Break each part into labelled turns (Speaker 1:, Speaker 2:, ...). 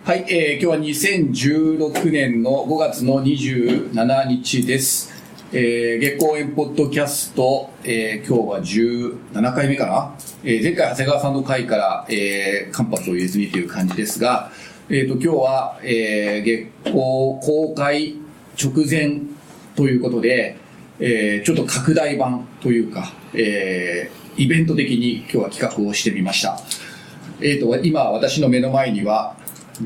Speaker 1: はい、今日は2016年の5月の27日です。月光園ポッドキャスト、今日は17回目かな。前回長谷川さんの回から、間髪を入れずにという感じですが、今日は、月光公開直前ということで、ちょっと拡大版というか、イベント的に今日は企画をしてみました。今私の目の前には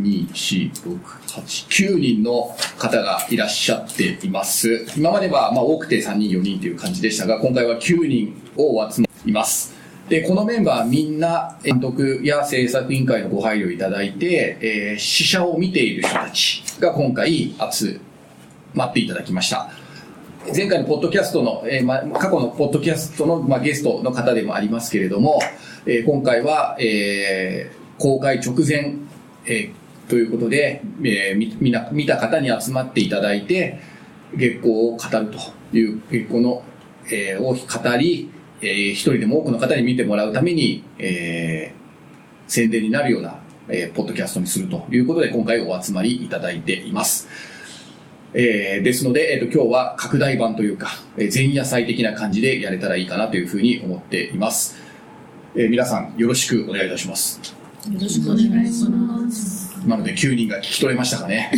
Speaker 1: 2、4、6、8、9人の方がいらっしゃっています。今までは多くて3人、4人という感じでしたが、今回は9人を集まっています。で、このメンバーはみんな監督や制作委員会のご配慮いただいて、試写を見ている人たちが今回集まっていただきました。前回のポッドキャストの、過去のポッドキャストの、ゲストの方でもありますけれども、今回は、公開直前、ということで、見た方に集まっていただいて月光を語るという月光の、を語り、一人でも多くの方に見てもらうために、宣伝になるような、ポッドキャストにするということで今回お集まりいただいています。ですので、今日は拡大版というか前夜祭的な感じでやれたらいいかなというふうに思っています。皆さんよろしくお願いいたします。
Speaker 2: よろしくお願いします。
Speaker 1: なので9人が聞き取れましたかね。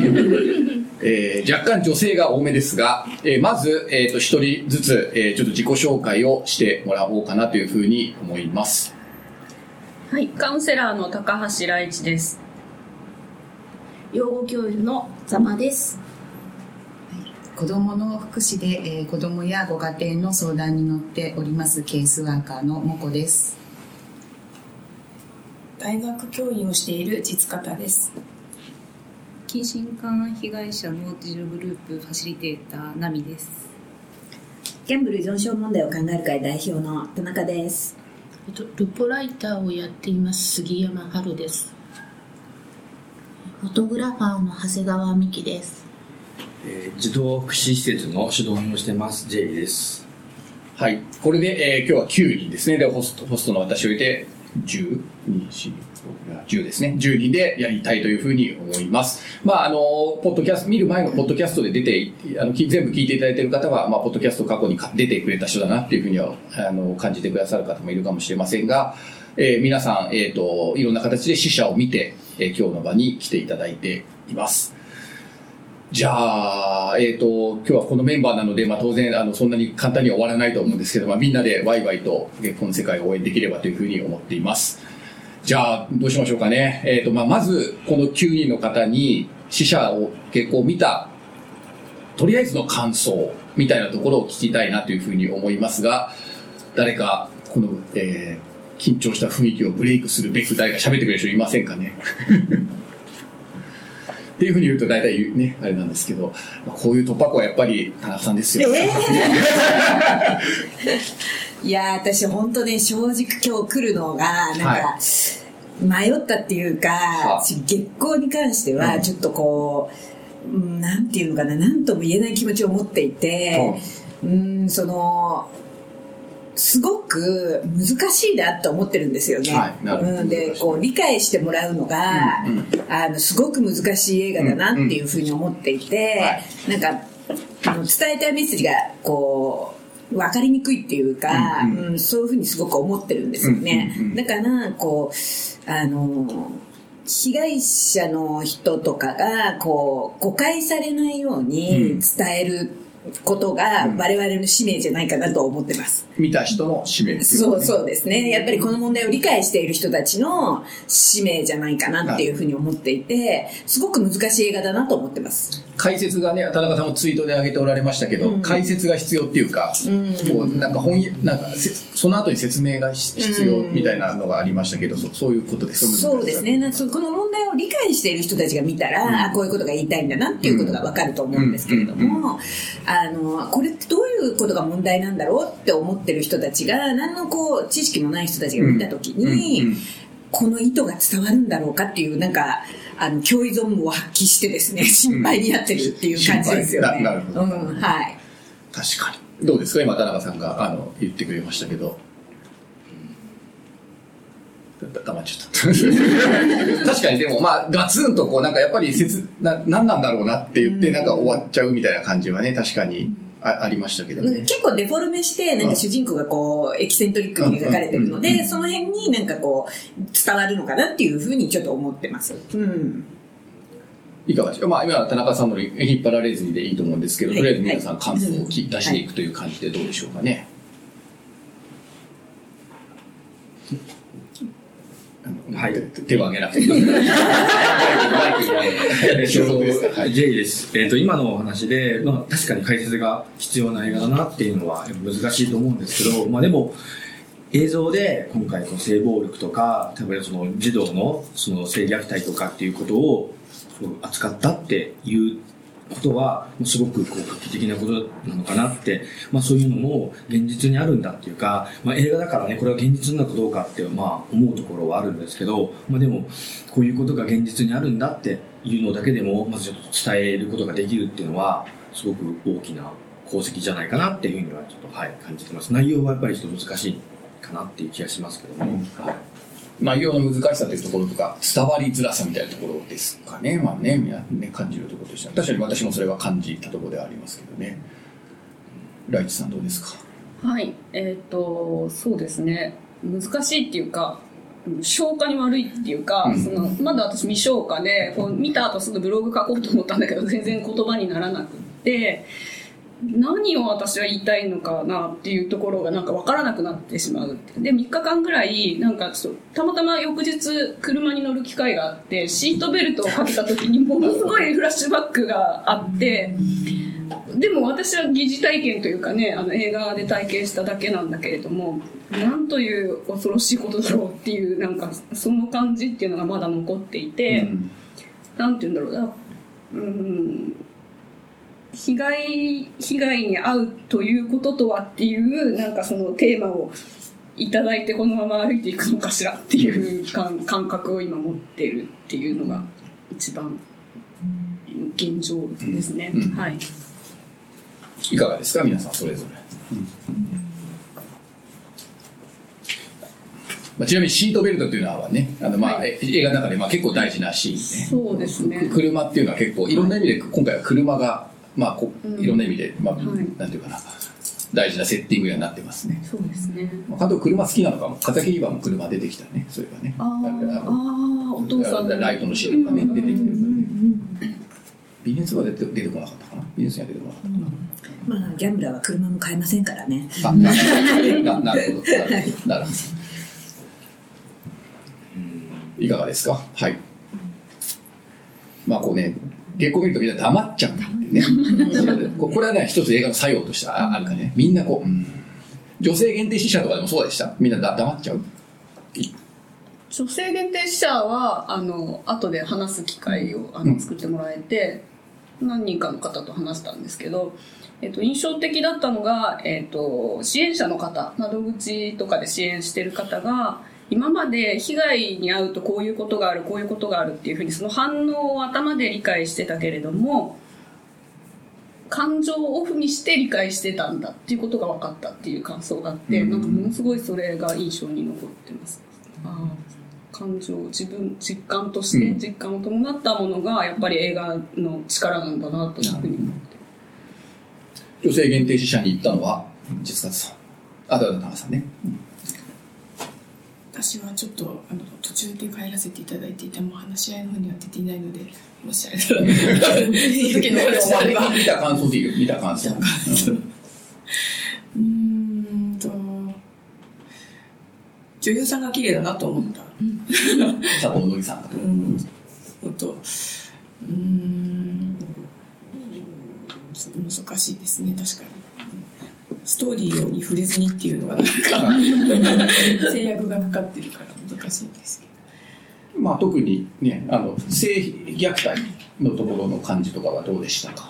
Speaker 1: 若干女性が多めですが、まず、1人ずつ、ちょっと自己紹介をしてもらおうかなというふうに思います。
Speaker 2: はい、カウンセラーの高橋来一です。
Speaker 3: 養護教諭のざまです。
Speaker 4: 子どもの福祉で、子どもやご家庭の相談に乗っておりますケースワーカーのもこです。
Speaker 5: 大学教員をしている実方です。
Speaker 6: 近親姦被害者の自助グループファシリテーターナミです。
Speaker 3: ギャンブル依存症問題を考える会代表の田中です。
Speaker 7: ルポライターをやっています杉山春です。
Speaker 8: フォトグラファーの長谷川美希です。
Speaker 9: 児童福祉施設の指導員をしてます J です。
Speaker 1: はい、これで、今日は9人ですね。でホストの私を入れて10、2、4、10ですね。10人でやりたいというふうに思います。ポッドキャスト見る前のポッドキャストで出て全部聞いていただいている方は、ポッドキャスト過去に出てくれた人だなっていうふうには感じてくださる方もいるかもしれませんが、皆さん、いろんな形で試写を見て、今日の場に来ていただいています。じゃあ、今日はこのメンバーなので、当然そんなに簡単には終わらないと思うんですけど、みんなでワイワイと月光の世界を応援できればというふうに思っています。じゃあどうしましょうかね。まずこの9人の方に死者を月光を見たとりあえずの感想みたいなところを聞きたいなというふうに思いますが、誰かこの、緊張した雰囲気をブレイクするべく誰か喋ってくれる人いませんかね。っていうふうに言うと大体ねあれなんですけど、こういう突破口はやっぱり田中さんですよ。
Speaker 4: いや私本当ね正直今日来るのがなんか、迷ったっていうか、月光に関してはちょっとこう、なんていうのかな、なんとも言えない気持ちを持っていて、すごく難しいなと思ってるんですよね。でこう理解してもらうのが、すごく難しい映画だなっていうふうに思っていて、なんか伝えたいメッセージがこう分かりにくいっていうか、そういうふうにすごく思ってるんですよね。だからこう被害者の人とかがこう誤解されないように伝えることが我々の使命じゃないかなと思ってます。
Speaker 1: 見た人の使命、ね、
Speaker 4: そうですね。やっぱりこの問題を理解している人たちの使命じゃないかなっていうふうに思っていて、すごく難しい映画だなと思ってます。
Speaker 1: 解説がね、田中さんもツイートで上げておられましたけど、解説が必要っていうか、こうなんかその後に説明が必要みたいなのがありましたけど、そういうことです。
Speaker 4: そうですね。この問題を理解している人たちが見たら、こういうことが言いたいんだなっていうことが分かると思うんですけれども、これってどういうことが問題なんだろうって思ってる人たちが、何のこう知識もない人たちが見たときに、この意図が伝わるんだろうかっていう、なんか脅威存分を発揮してですね、心配になってるっていう感じですよね。
Speaker 1: なるほど、
Speaker 4: はい。
Speaker 1: 確かに。どうですか、今田中さんが言ってくれましたけど、 黙っちゃった確かにでもまあガツンとこうなんかやっぱり何なんだろうなって言ってなんか終わっちゃうみたいな感じはね確かにありましたけどね。
Speaker 4: 結構デフォルメしてなんか主人公がこうエキセントリックに描かれてるので、その辺になんかこう伝わるのかなっていうふうにちょっと思ってます。
Speaker 1: いかがですか。まあ今は田中さんの引っ張られずにでいいと思うんですけど、とりあえず皆さん感想を出していくという感じでどうでしょうかね。はい、手を挙げなくていい。
Speaker 9: J です。今のお話で、まあ、確かに解説が必要な映画だなっていうのは難しいと思うんですけど、まあでも映像で今回の性暴力とか、多分その児童のその性虐待とかっていうことを扱ったっていうことはすごくこう画期的なことなのかなって、まあ、そういうのも現実にあるんだっていうか、まあ、映画だからねこれは現実なのかどうかってまあ思うところはあるんですけど、まあ、でもこういうことが現実にあるんだっていうのだけでもまずちょっと伝えることができるっていうのはすごく大きな功績じゃないかなっていうふうにはちょっと、はい、感じてます。内容はやっぱりちょっと難しいかなっていう気がしますけども、はい、
Speaker 1: 内容の難しさというところとか伝わりづらさみたいなところですかね。まあね、みんなね感じるところとしては確かに私もそれは感じたところではありますけどね。ライチさんどうですか。
Speaker 2: はい、そうですね、難しいっていうか消化に悪いっていうか、そのまだ私未消化でこう見た後すぐブログ書こうと思ったんだけど全然言葉にならなくって何を私は言いたいのかなっていうところがなんか分からなくなってしまう。で3日間ぐらいなんかちょっとたまたま翌日車に乗る機会があってシートベルトをかけた時にものすごいフラッシュバックがあって、でも私は疑似体験というかね映画で体験しただけなんだけれども、なんという恐ろしいことだろうっていうなんかその感じっていうのがまだ残っていて、なんていうんだろうな、被害に遭うということとはっていうなんかそのテーマをいただいてこのまま歩いていくのかしらっていう感覚を今持ってるっていうのが一番現状ですね。はい。
Speaker 1: いかがですか皆さんそれぞれ。まあ、ちなみにシートベルトっていうのはねまあ映画の中でまあ結構大事なシーンね。
Speaker 2: そうですね。
Speaker 1: 車っていうのは結構いろんな意味で今回は車がまあいろんな意味でまあなんていうかな大事なセッティングにはなってますね。
Speaker 2: そうですね。
Speaker 1: 監督車好きなのかも。片桐はも車出てきたね。それがね。
Speaker 2: お父さんの
Speaker 1: ライトのシーンとかね出てきてるからね。ビジネスは出てこなかったかな。ビジネスには出てこなかったかな。
Speaker 4: まあギャンブラーは車も買えませんからね。
Speaker 1: なるほどなるほど。いかがですか。はい。まあこうね結構見るとみんな黙っちゃうんだってね。これはね一つ映画の作用としてあるかね。みんなこう、女性限定死者とかでもそうでした。みんな黙っちゃう。
Speaker 2: 女性限定死者は後で話す機会を作ってもらえて、何人かの方と話したんですけど、印象的だったのが、支援者の方、窓口とかで支援してる方が今まで被害に遭うとこういうことがあるこういうことがあるっていうふうにその反応を頭で理解してたけれども感情をオフにして理解してたんだっていうことが分かったっていう感想があって、なんかものすごいそれが印象に残ってます。感情自分実感として実感を伴ったものがやっぱり映画の力なんだなというふうに思って、
Speaker 1: 女性限定死者に行ったのは実勝さん、田中さんね。
Speaker 5: 私はちょっと途中で帰らせていただいていても話し合いの方には出ていないのでもしあれたら
Speaker 1: 見た感想でいいよ。見た感想。
Speaker 5: 女優さんが綺麗だなと思った。
Speaker 1: 佐藤のりさんだと。
Speaker 5: 難しいですね。確かにストーリーに触れずにっていうのがなんか制約がかかってるから難しいんですけ
Speaker 1: ど、まあ特にね性虐待のところの感じとかはどうでしたか。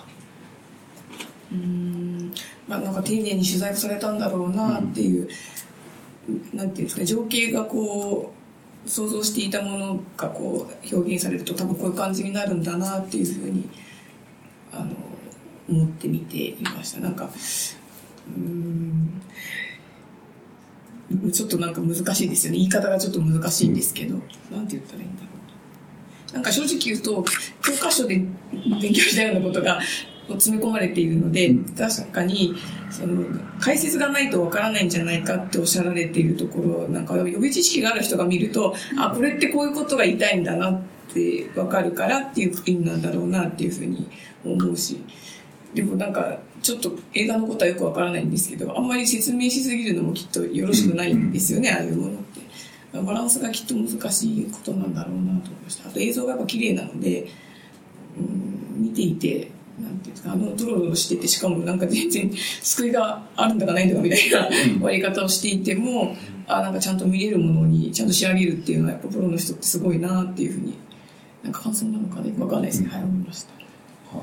Speaker 5: まあなんか丁寧に取材されたんだろうなっていう、なんていうんですか、情景がこう想像していたものがこう表現されると多分こういう感じになるんだなっていうふうに思って見ていました。なんかちょっとなんか難しいですよね。言い方がちょっと難しいんですけど、なんて言ったらいいんだろう。なんか正直言うと、教科書で勉強したようなことが詰め込まれているので、確かに、解説がないとわからないんじゃないかっておっしゃられているところ、なんか予備知識がある人が見ると、あ、これってこういうことが言いたいんだなってわかるからっていう意味なんだろうなっていうふうに思うし、でもなんか、ちょっと映画のことはよくわからないんですけど、あんまり説明しすぎるのもきっとよろしくないんですよね、ああいうものって。バランスがきっと難しいことなんだろうなと思いました。あと映像がやっぱ綺麗なので、見ていて、なんていうんですか、ドロドロしてて、しかもなんか全然救いがあるんだかないんだかみたいな割り方をしていても、なんかちゃんと見れるものにちゃんと仕上げるっていうのはやっぱプロの人ってすごいなっていうふうに、なんか感想なのかね、わかんないですね。はい、思いました。
Speaker 1: はい。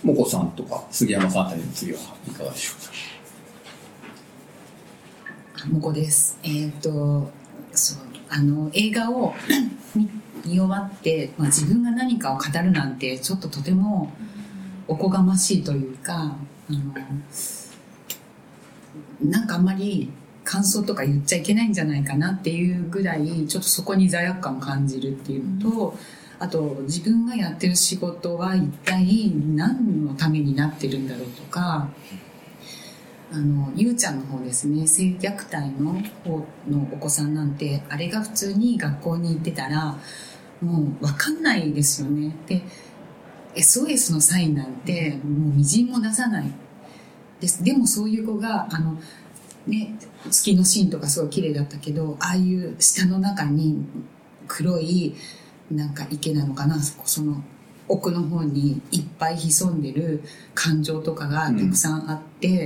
Speaker 1: もこさんとか杉山さんあたりの次はいかがでしょうか。
Speaker 6: もこです。映画を見終わって、自分が何かを語るなんてちょっととてもおこがましいというか、なんかあんまり感想とか言っちゃいけないんじゃないかなっていうぐらいちょっとそこに罪悪感を感じるっていうのと、あと自分がやってる仕事は一体何のためになってるんだろうとか、ゆうちゃんの方ですね、性虐待の方のお子さんなんて、あれが普通に学校に行ってたらもう分かんないですよね。で SOS のサインなんてもうみじんも出さないです。でもそういう子が月のシーンとかすごい綺麗だったけど、ああいう下の中に黒いなんか池なのかな、その奥の方にいっぱい潜んでる感情とかがたくさんあって、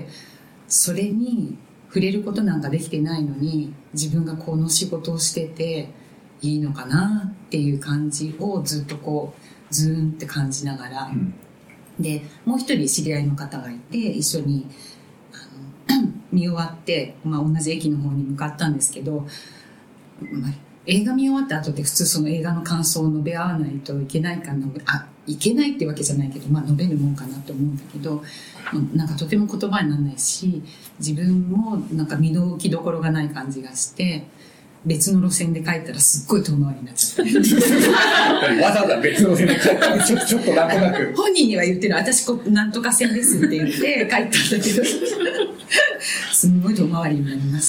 Speaker 6: それに触れることなんかできてないのに、自分がこの仕事をしてていいのかなっていう感じをずっとこうズーンって感じながら、でもう一人知り合いの方がいて、一緒に見終わって、同じ駅の方に向かったんですけど、映画見終わった後って普通その映画の感想を述べ合わないといけないかな、いけないってわけじゃないけど、述べるもんかなと思うんだけど、なんかとても言葉にならないし、自分もなんか身の置きどころがない感じがして、別の路線で帰ったらすっごい遠回りになっちゃって
Speaker 1: わざわざ別の路線で帰ったらちょっとなんとなく
Speaker 6: 本人には言ってる、私なんとか線ですって言って帰ったんだけどすんごい遠回りになりました。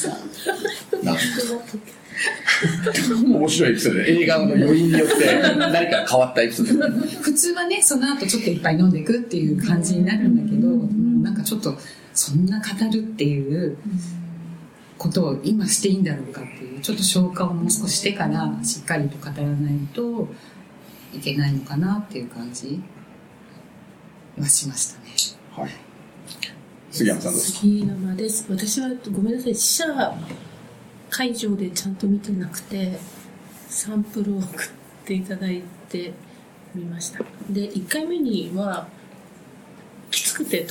Speaker 1: 面白いエピソードで、映画の余韻によって何か変わったエピソード
Speaker 6: 普通はね、その後ちょっといっぱい飲んでいくっていう感じになるんだけど、なんかちょっとそんな語るっていうことを今していいんだろうかっていう、ちょっと消化をもう少ししてからしっかりと語らないといけないのかなっていう感じはしましたね。
Speaker 1: はい。杉山さんどうですか。
Speaker 7: 杉山です。私はごめんなさい、試写会場でちゃんと見てなくて、サンプルを送っていただいてみました。で1回目にはきつくて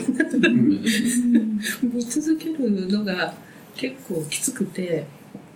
Speaker 7: 見続けるのが結構きつくて、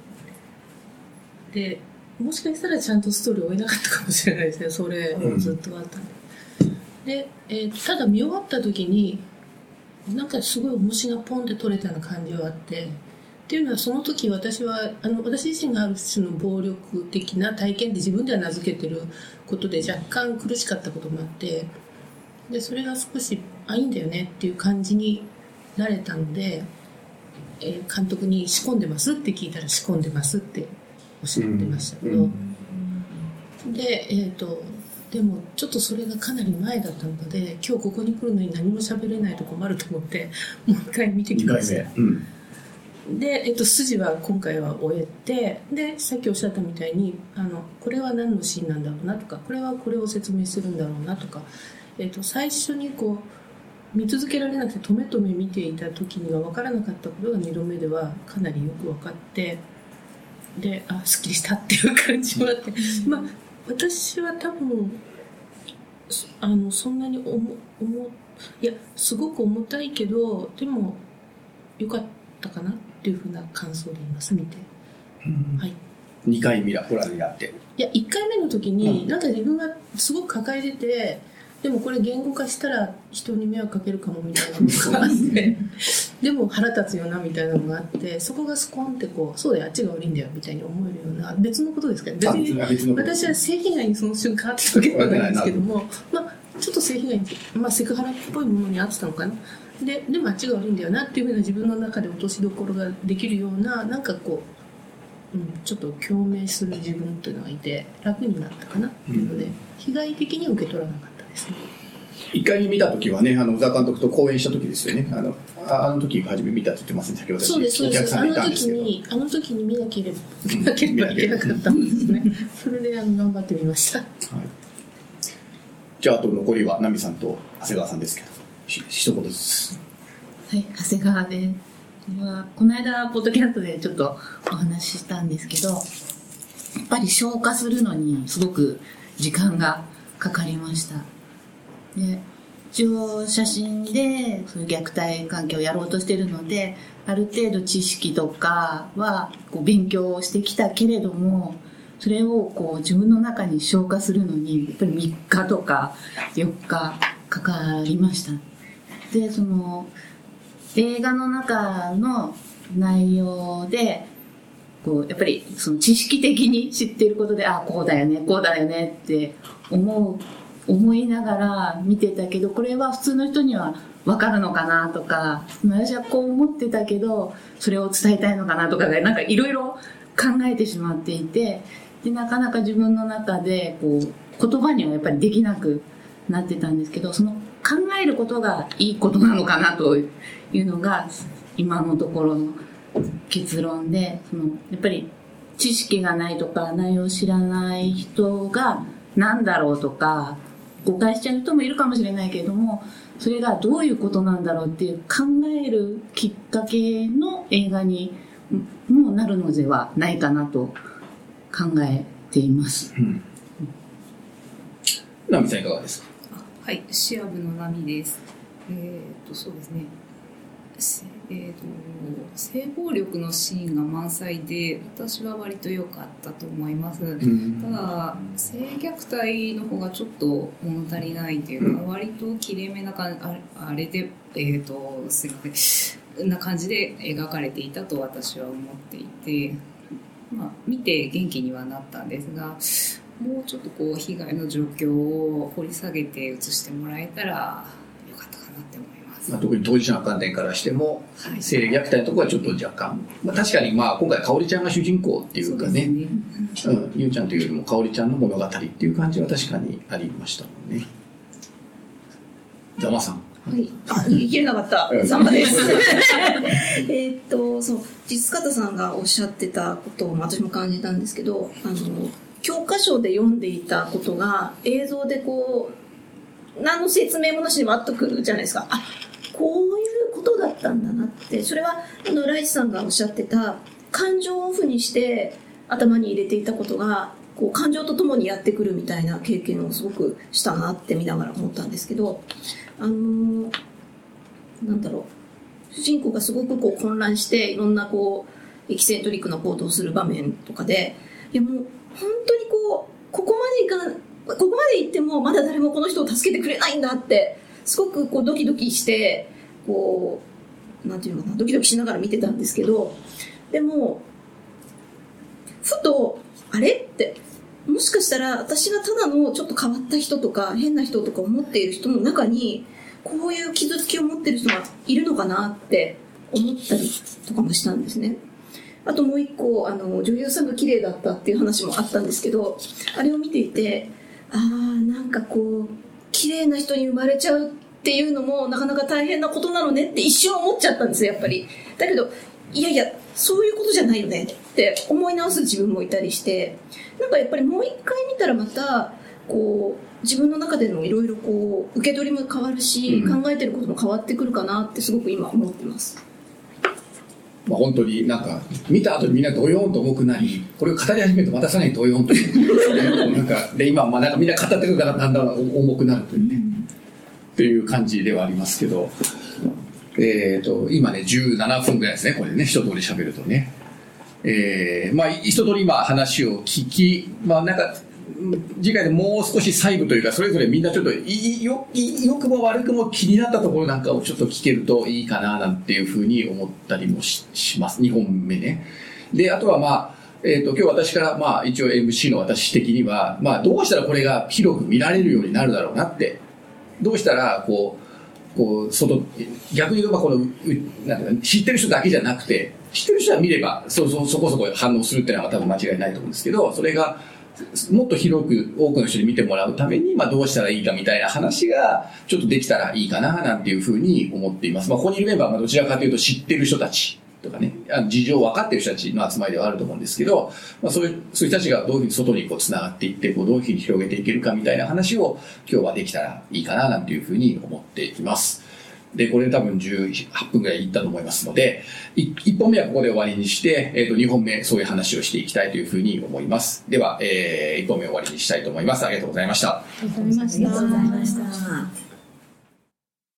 Speaker 7: でもしかしたらちゃんとストーリーを追えなかったかもしれないですね。それをずっとあったんで、ただ見終わった時になんかすごい重しがポンって取れたような感じはあって、っていうのはその時私自身がある種の暴力的な体験で自分では名付けてることで若干苦しかったこともあって、でそれが少しいいんだよねっていう感じになれたので、監督に仕込んでますって聞いたら仕込んでますっておっしゃってましたけど、ででもちょっとそれがかなり前だったので、今日ここに来るのに何も喋れないと困ると思ってもう一回見てきました。で、筋は今回は終えて、でさっきおっしゃったみたいにこれは何のシーンなんだろうなとか、これはこれを説明するんだろうなとか、最初にこう見続けられなくて止め見ていた時には分からなかったことが2度目ではかなりよく分かって、ですっきりしたっていう感じもあって私は多分そんなにすごく重たいけど、でもよかったかなっていうふうな感想でいます、見て。はい。
Speaker 1: 2回ご覧になって。
Speaker 7: いや、1回目の時に、なんか自分がすごく抱えてて、 でもこれ言語化したら人に迷惑かけるかもみたいなのがあってでも腹立つよなみたいなのがあって、そこがスコンってこう、そうだよあっちが悪いんだよみたいに思えるような別のことですけど、別に私は性被害にその瞬間あってたわけではないんですけども、ちょっと性被害に、セクハラっぽいものにあってたのかな。でもあっちが悪いんだよなっていうふうな自分の中で落としどころができるような、なんかこう、ちょっと共鳴する自分というのがいて楽になったかなっていうので、被害的に受け取らなかったですね。
Speaker 1: 1回見た時はね、宇田監督と講演した時ですよね。あの時初め見たって言ってますね、先ほど。
Speaker 7: そうです、そうです。あの時に見なければいけなかったんですね。それで頑張ってみました。はい、
Speaker 1: じゃあ、あと残りは奈美さんと長谷川さんですけど、一言ずつ。
Speaker 8: はい、長谷川です。この間ポッドキャストでちょっとお話ししたんですけど、やっぱり消化するのにすごく時間がかかりました。で、一応写真でそういう虐待関係をやろうとしているので、ある程度知識とかはこう勉強してきたけれども、それをこう自分の中に消化するのにやっぱり3日とか4日かかりました。で、その映画の中の内容でこうやっぱりその知識的に知っていることで、こうだよねこうだよねって思いながら見てたけど、これは普通の人には分かるのかなとか、私はこう思ってたけどそれを伝えたいのかなとかがなんかいろいろ考えてしまっていて、でなかなか自分の中でこう言葉にはやっぱりできなくなってたんですけど、その考えることがいいことなのかなというのが今のところの結論で、やっぱり知識がないとか内容を知らない人が何だろうとか誤解しちゃう人もいるかもしれないけれども、それがどういうことなんだろうっていう考えるきっかけの映画にもなるのではないかなと考えています。
Speaker 1: 奈美さんいかがですか？
Speaker 10: はい、シアブの波です。そうですね。性暴力のシーンが満載で、私は割と良かったと思います。ただ性虐待の方がちょっと物足りないというか、割ときれいめなあれで、すいませんな感じで描かれていたと私は思っていて、見て元気にはなったんですが、もうちょっとこう被害の状況を掘り下げて映してもらえたらよかったかなって思います。
Speaker 1: 特に当事者の観点からしても、性虐待のところはちょっと若干、確かに今回かおりちゃんが主人公っていうかね、ゆうちゃんというよりもかおりちゃんの物語っていう感じは確かにありましたもんね。ざまさん。
Speaker 11: はい、言い切れなかったざまですそう、実方さんがおっしゃってたことを私も感じたんですけど、教科書で読んでいたことが映像でこう何の説明もなしにワッとくるじゃないですか。こういうことだったんだなって。それはライチさんがおっしゃってた感情をオフにして頭に入れていたことがこう感情とともにやってくるみたいな経験をすごくしたなって見ながら思ったんですけど、なんだろう、主人公がすごくこう混乱していろんなこうエキセントリックな行動をする場面とかで、いやもう本当にここまで行ってもまだ誰もこの人を助けてくれないんだってすごくこうドキドキしてこうなんていうのかな、ドキドキしながら見てたんですけど、でもふとあれってもしかしたら私がただのちょっと変わった人とか変な人とか思っている人の中にこういう傷つきを持っている人がいるのかなって思ったりとかもしたんですね。あともう一個女優さんが綺麗だったっていう話もあったんですけど、あれを見ていてなんかこう綺麗な人に生まれちゃうっていうのもなかなか大変なことなのねって一瞬思っちゃったんですよ、やっぱり。だけどいやそういうことじゃないよねって思い直す自分もいたりして、なんかやっぱりもう一回見たらまたこう自分の中でのいろいろこう受け取りも変わるし、考えてることも変わってくるかなってすごく今思ってます。
Speaker 1: 本当になんか見た後にみんなドヨーンと重くなり、これを語り始めるとまたさらにドヨーンとなんかで今なんかみんな語ってくるからだんだん重くなるというね、っていう感じではありますけど、今ね17分ぐらいですね、これね一通り喋るとね、一通り今話を聞き、なんか次回でもう少し細部というか、それぞれみんなちょっと良くも悪くも気になったところなんかをちょっと聞けるといいかななんていうふうに思ったりも します。2本目ね。で、あとは今日私から一応 MC の私的には、どうしたらこれが広く見られるようになるだろうなって、どうしたら逆に言うと知ってる人だけじゃなくて、知ってる人は見ればそこそこ反応するっていうのは多分間違いないと思うんですけど、それがもっと広く多くの人に見てもらうために、どうしたらいいかみたいな話がちょっとできたらいいかななんていうふうに思っています。ここにいるメンバーはどちらかというと知ってる人たちとかね、事情を分かっている人たちの集まりではあると思うんですけど、そういう人たちがどういうふうに外につながっていって、どういうふうに広げていけるかみたいな話を今日はできたらいいかななんていうふうに思っています。で、これ多分18分ぐらいいったと思いますので、1本目はここで終わりにして、2本目そういう話をしていきたいというふうに思います。では、1本目終わりにしたいと思います。ありがとうございました。
Speaker 3: ありがとうございました。